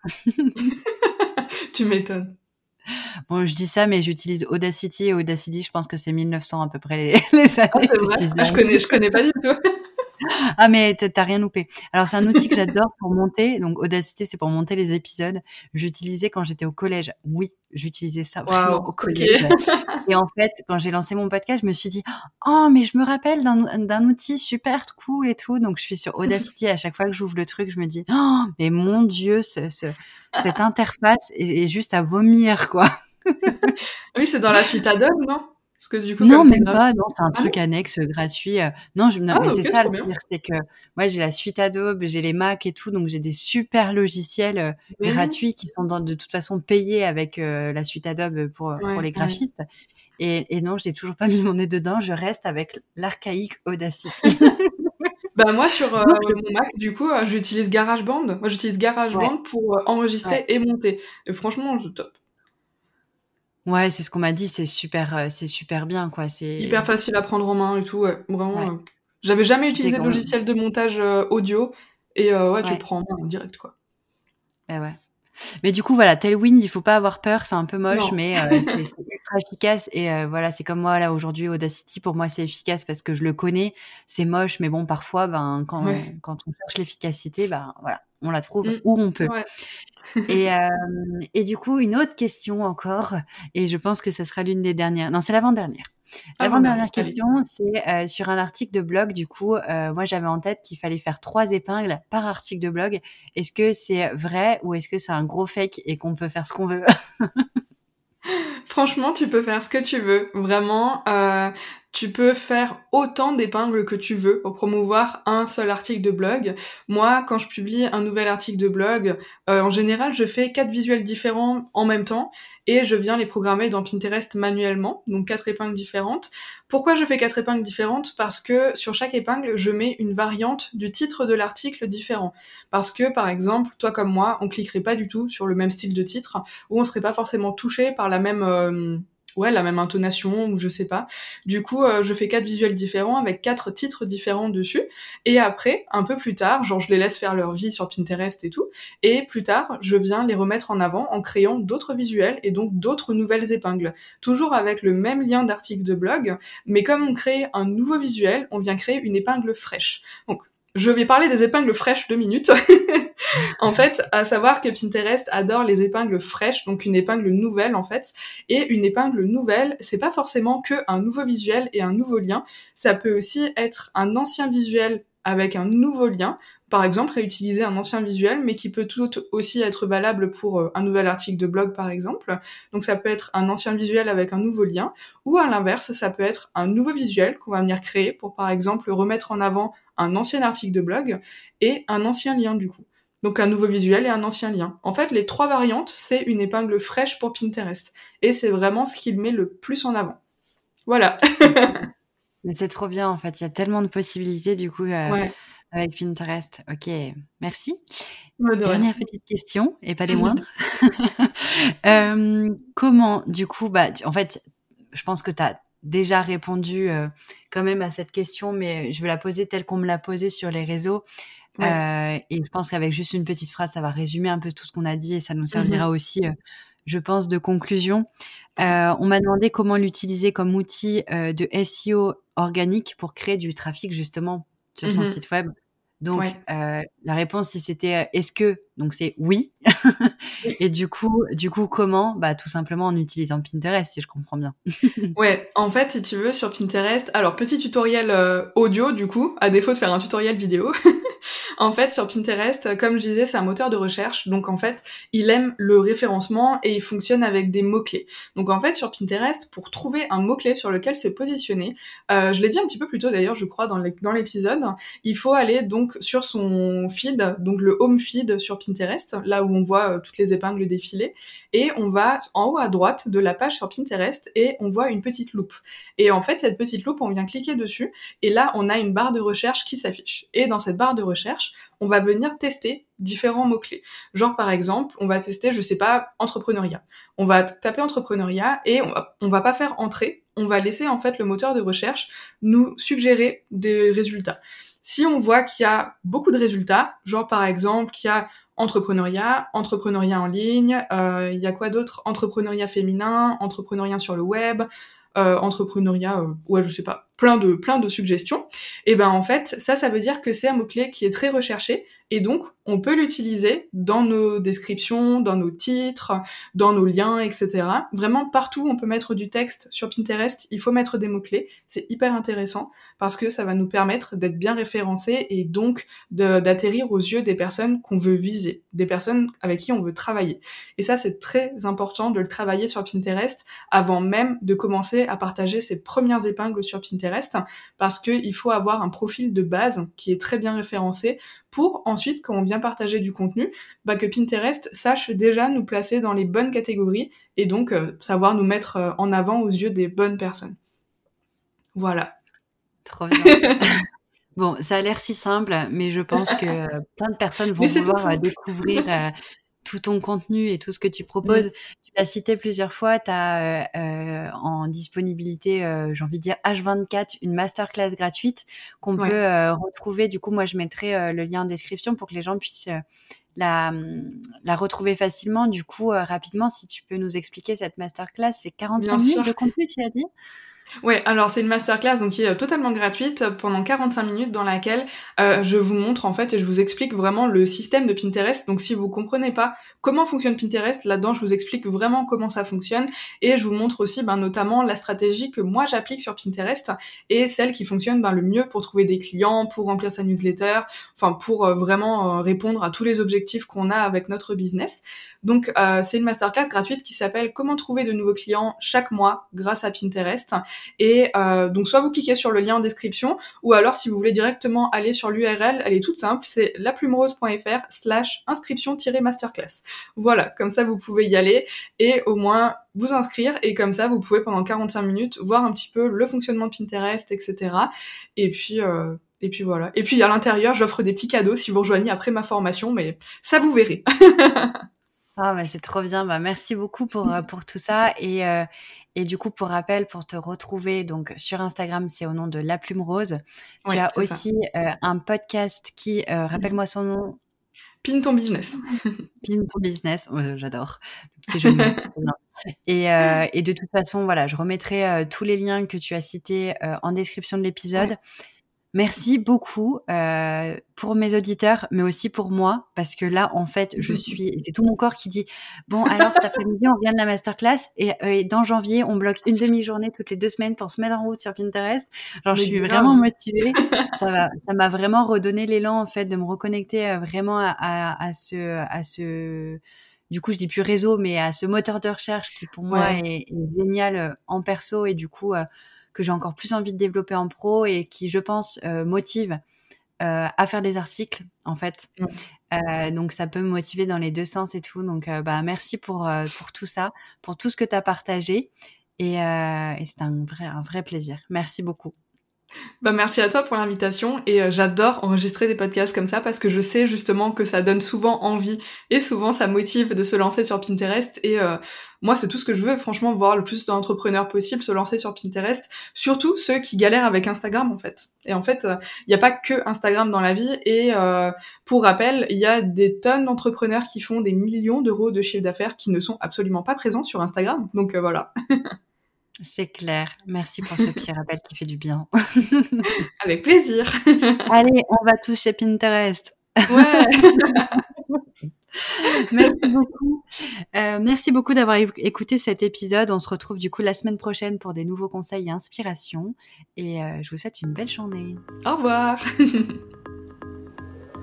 Tu m'étonnes. Bon, je dis ça, mais j'utilise Audacity et Audacity, je pense que c'est 1900 à peu près les Ah, années c'est de vrai? Ah, design. je connais pas du tout. Ah mais tu as rien loupé. Alors c'est un outil que j'adore pour monter, donc Audacity, c'est pour monter les épisodes. J'utilisais quand j'étais au collège. Oui, j'utilisais ça vraiment Waouh, au OK. collège. Et en fait, quand j'ai lancé mon podcast, je me suis dit: «Oh, mais je me rappelle d'un outil super cool et tout». Donc je suis sur Audacity et à chaque fois que j'ouvre le truc, je me dis: «Oh, mais mon Dieu, cette interface est juste à vomir, quoi». Oui, c'est dans la suite Adobe, non? Parce que du coup, Non, comme tu es même pas, graphiste. non, c'est un Ah non? truc annexe, gratuit, non, Ah, mais c'est OK, ça trop le bien. pire, c'est que moi j'ai la suite Adobe, j'ai les Mac et tout, donc j'ai des super logiciels, Mais oui. gratuits qui sont de toute façon payés avec, la suite Adobe pour les Ouais. graphistes et non, j'ai toujours pas mis mon nez dedans, je reste avec l'archaïque Audacity. Bah, moi, sur Donc je mon Mac, du coup, j'utilise GarageBand. Moi, j'utilise ouais, GarageBand pour ouais. enregistrer et monter. Et franchement, c'est top. Ouais, c'est ce qu'on m'a dit, c'est super bien, quoi, Hyper facile à prendre en main et tout, ouais. Vraiment, ouais. j'avais jamais Puis c'est utilisé de quand logiciel de montage audio et ouais, tu le ouais, prends en main direct, quoi. bah, ouais. Mais du coup, voilà, Tailwind, il faut pas avoir peur, c'est un peu moche, Non. mais c'est ultra efficace et voilà, c'est comme moi, là, aujourd'hui, Audacity, pour moi, c'est efficace parce que je le connais. C'est moche, mais bon, parfois, ben, Ouais. quand on cherche l'efficacité, ben, voilà, on la trouve Mmh. où on C'est peut. vrai. Et du coup, une autre question encore et je pense que ça sera l'une des dernières. Non, c'est l'avant-dernière. Avant-dernière, L'avant-dernière allez. question, c'est, sur un article de blog, du coup, moi, j'avais en tête qu'il fallait faire 3 épingles par article de blog. Est-ce que c'est vrai ou est-ce que c'est un gros fake et qu'on peut faire ce qu'on veut? Franchement, tu peux faire ce que tu veux. Vraiment, tu peux faire autant d'épingles que tu veux pour promouvoir un seul article de blog. Moi, quand je publie un nouvel article de blog, en général, je fais 4 visuels différents en même temps et je viens les programmer dans Pinterest manuellement, donc 4 épingles différentes. Pourquoi je fais 4 épingles différentes? Parce que sur chaque épingle, je mets une variante du titre de l'article différent. Parce que, par exemple, toi comme moi, on cliquerait pas du tout sur le même style de titre, où on serait pas forcément touché par la même la même intonation ou je sais pas. Du coup, je fais 4 visuels différents avec 4 titres différents dessus et après, un peu plus tard, genre je les laisse faire leur vie sur Pinterest et tout et plus tard, je viens les remettre en avant en créant d'autres visuels et donc d'autres nouvelles épingles. Toujours avec le même lien d'article de blog, mais comme on crée un nouveau visuel, on vient créer une épingle fraîche. Donc, je vais parler des épingles fraîches 2 minutes. En fait, à savoir que Pinterest adore les épingles fraîches, donc une épingle nouvelle en fait. Et une épingle nouvelle, c'est pas forcément que un nouveau visuel et un nouveau lien. Ça peut aussi être un ancien visuel avec un nouveau lien. Par exemple, réutiliser un ancien visuel, mais qui peut tout aussi être valable pour un nouvel article de blog, par exemple. Donc ça peut être un ancien visuel avec un nouveau lien, ou à l'inverse, ça peut être un nouveau visuel qu'on va venir créer pour, par exemple, remettre en avant un ancien article de blog et un ancien lien du coup. Donc un nouveau visuel et un ancien lien. En fait, les 3 variantes, c'est une épingle fraîche pour Pinterest. Et c'est vraiment ce qu'il met le plus en avant. Voilà. Mais c'est trop bien, en fait, il y a tellement de possibilités, du coup, Ouais, avec Pinterest. OK, merci. bah, de rien. Dernière petite question et pas des moindres. Comment, du coup, bah, en fait, je pense que tu as déjà répondu quand même à cette question, mais je vais la poser telle qu'on me l'a posée sur les réseaux. Ouais. Et je pense qu'avec juste une petite phrase, ça va résumer un peu tout ce qu'on a dit et ça nous Mhm. servira aussi, je pense, de conclusion. On m'a demandé comment l'utiliser comme outil de SEO organique pour créer du trafic justement sur son Mhm. site web. Donc, Ouais. la réponse, si c'était est-ce que, donc c'est oui. Oui. Et du coup, comment? Bah, tout simplement en utilisant Pinterest, si je comprends bien. Ouais, en fait, si tu veux, sur Pinterest, alors petit tutoriel audio, du coup, à défaut de faire un tutoriel vidéo. En fait, sur Pinterest, comme je disais, c'est un moteur de recherche. Donc, en fait, il aime le référencement et il fonctionne avec des mots-clés. Donc, en fait, sur Pinterest, pour trouver un mot-clé sur lequel se positionner, je l'ai dit un petit peu plus tôt d'ailleurs, je crois, dans l'épisode, il faut aller donc sur son feed, donc le home feed sur Pinterest, là où on voit toutes les épingles défiler, et on va en haut à droite de la page sur Pinterest et on voit une petite loupe. Et en fait, cette petite loupe, on vient cliquer dessus et là, on a une barre de recherche qui s'affiche. Et dans cette barre de recherche, on va venir tester différents mots-clés. Genre, par exemple, on va tester, je sais pas, entrepreneuriat. On va taper entrepreneuriat et on va pas faire entrer, on va laisser en fait le moteur de recherche nous suggérer des résultats. Si on voit qu'il y a beaucoup de résultats, genre par exemple qu'il y a entrepreneuriat en ligne, il y a quoi d'autre? Entrepreneuriat féminin, entrepreneuriat sur le web, entrepreneuriat, ouais, je sais pas, plein de suggestions. Et ben en fait, ça veut dire que c'est un mot-clé qui est très recherché et donc on peut l'utiliser dans nos descriptions, dans nos titres, dans nos liens, etc. Vraiment partout on peut mettre du texte sur Pinterest, il faut mettre des mots-clés. C'est hyper intéressant parce que ça va nous permettre d'être bien référencés et donc d'atterrir aux yeux des personnes qu'on veut viser, des personnes avec qui on veut travailler. Et ça, c'est très important de le travailler sur Pinterest avant même de commencer à partager ses premières épingles sur Pinterest, parce qu'il faut avoir un profil de base qui est très bien référencé pour ensuite, quand on vient partager du contenu, que Pinterest sache déjà nous placer dans les bonnes catégories et donc savoir nous mettre en avant aux yeux des bonnes personnes. Voilà. Trop bien. Bon, ça a l'air si simple, mais je pense que plein de personnes vont vouloir découvrir tout ton contenu et tout ce que tu proposes. Tu l'as cité plusieurs fois, tu as en disponibilité, j'ai envie de dire H24, une masterclass gratuite qu'on peut retrouver. Du coup, moi, je mettrai le lien en description pour que les gens puissent la retrouver facilement. Du coup, rapidement, si tu peux nous expliquer cette masterclass, c'est 45 minutes de contenu, tu as dit ? Ouais, alors c'est une masterclass donc qui est totalement gratuite pendant 45 minutes dans laquelle je vous montre en fait et je vous explique vraiment le système de Pinterest. Donc si vous comprenez pas comment fonctionne Pinterest, là-dedans je vous explique vraiment comment ça fonctionne et je vous montre aussi notamment la stratégie que moi j'applique sur Pinterest et celle qui fonctionne le mieux pour trouver des clients, pour remplir sa newsletter, enfin pour vraiment répondre à tous les objectifs qu'on a avec notre business. Donc c'est une masterclass gratuite qui s'appelle Comment trouver de nouveaux clients chaque mois grâce à Pinterest. Et donc soit vous cliquez sur le lien en description ou alors si vous voulez directement aller sur l'URL, elle est toute simple, c'est laplumerose.fr/inscription-masterclass. Voilà, comme ça vous pouvez y aller et au moins vous inscrire et comme ça vous pouvez pendant 45 minutes voir un petit peu le fonctionnement de Pinterest, etc. Et puis voilà. Et puis à l'intérieur, j'offre des petits cadeaux si vous rejoignez après ma formation, mais ça vous verrez. Ah c'est trop bien. Merci beaucoup pour tout ça et du coup pour rappel, pour te retrouver donc sur Instagram, c'est au nom de La Plume Rose. Tu as aussi un podcast qui rappelle-moi son nom. Pin ton business. Pin ton business, j'adore. C'est joli. Et de toute façon, voilà, je remettrai tous les liens que tu as cités en description de l'épisode. Ouais. Merci beaucoup pour mes auditeurs, mais aussi pour moi, parce que là, en fait, c'est tout mon corps qui dit bon, alors cet après-midi, on revient de la masterclass et dans janvier, on bloque une demi-journée toutes les 2 semaines pour se mettre en route sur Pinterest. Genre, je suis vraiment motivée. Ça m'a vraiment redonné l'élan, en fait, de me reconnecter vraiment à ce du coup, je dis plus réseau, mais à ce moteur de recherche qui pour moi est génial en perso et du coup que j'ai encore plus envie de développer en pro et qui, je pense, motive à faire des articles, en fait. Donc, ça peut me motiver dans les 2 sens et tout. Donc, merci pour tout ça, pour tout ce que tu as partagé. Et c'était un vrai plaisir. Merci beaucoup. Merci à toi pour l'invitation et j'adore enregistrer des podcasts comme ça parce que je sais justement que ça donne souvent envie et souvent ça motive de se lancer sur Pinterest et moi c'est tout ce que je veux, franchement, voir le plus d'entrepreneurs possible se lancer sur Pinterest, surtout ceux qui galèrent avec Instagram en fait. Et en fait, il n'y a pas que Instagram dans la vie et pour rappel, il y a des tonnes d'entrepreneurs qui font des millions d'euros de chiffre d'affaires qui ne sont absolument pas présents sur Instagram, donc voilà. C'est clair. Merci pour ce petit rappel qui fait du bien. Avec plaisir. Allez, on va tous chez Pinterest. Ouais. Merci beaucoup. Merci beaucoup d'avoir écouté cet épisode. On se retrouve du coup la semaine prochaine pour des nouveaux conseils et inspirations. Et je vous souhaite une belle journée. Au revoir.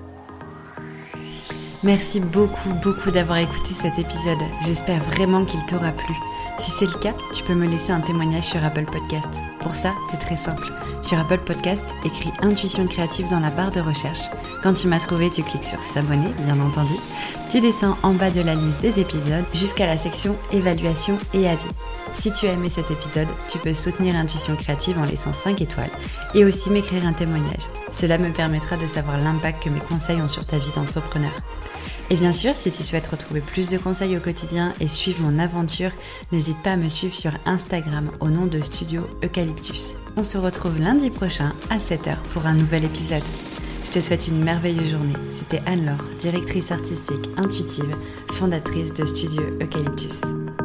Merci beaucoup d'avoir écouté cet épisode. J'espère vraiment qu'il t'aura plu. Si c'est le cas, tu peux me laisser un témoignage sur Apple Podcast. Pour ça, c'est très simple. Sur Apple Podcast, écris Intuition créative dans la barre de recherche. Quand tu m'as trouvé, tu cliques sur s'abonner, bien entendu. Tu descends en bas de la liste des épisodes jusqu'à la section évaluation et avis. Si tu as aimé cet épisode, tu peux soutenir Intuition créative en laissant 5 étoiles et aussi m'écrire un témoignage. Cela me permettra de savoir l'impact que mes conseils ont sur ta vie d'entrepreneur. Et bien sûr, si tu souhaites retrouver plus de conseils au quotidien et suivre mon aventure, n'hésite pas à me suivre sur Instagram au nom de Studio Eucalyptus. On se retrouve lundi prochain à 7h pour un nouvel épisode. Je te souhaite une merveilleuse journée. C'était Anne-Laure, directrice artistique intuitive, fondatrice de Studio Eucalyptus.